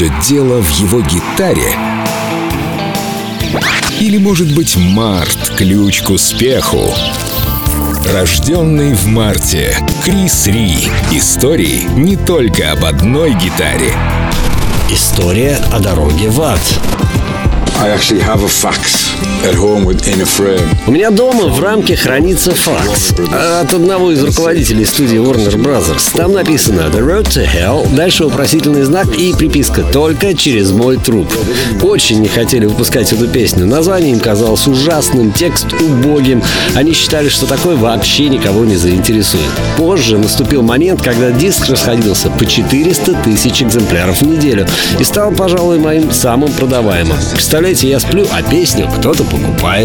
все дело в его гитаре? Или, может быть, март — ключ к успеху? Рожденный в марте, Крис Ри. Истории не только об одной гитаре. История о дороге в ад. У меня дома в рамке хранится факс от одного из руководителей студии Warner Brothers. Там написано «The Road to Hell», дальше вопросительный знак и приписка «Только через мой труп». Очень не хотели выпускать эту песню. Название им казалось ужасным, текст убогим. Они считали, что такое вообще никого не заинтересует. Позже наступил момент, когда диск расходился по 400 тысяч экземпляров в неделю и стал, пожалуй, моим самым продаваемым. Представляете, я сплю, а песню кто-то покупает.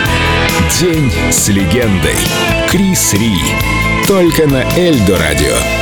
День с легендой. Крис Ри. Только на Эльдо Радио.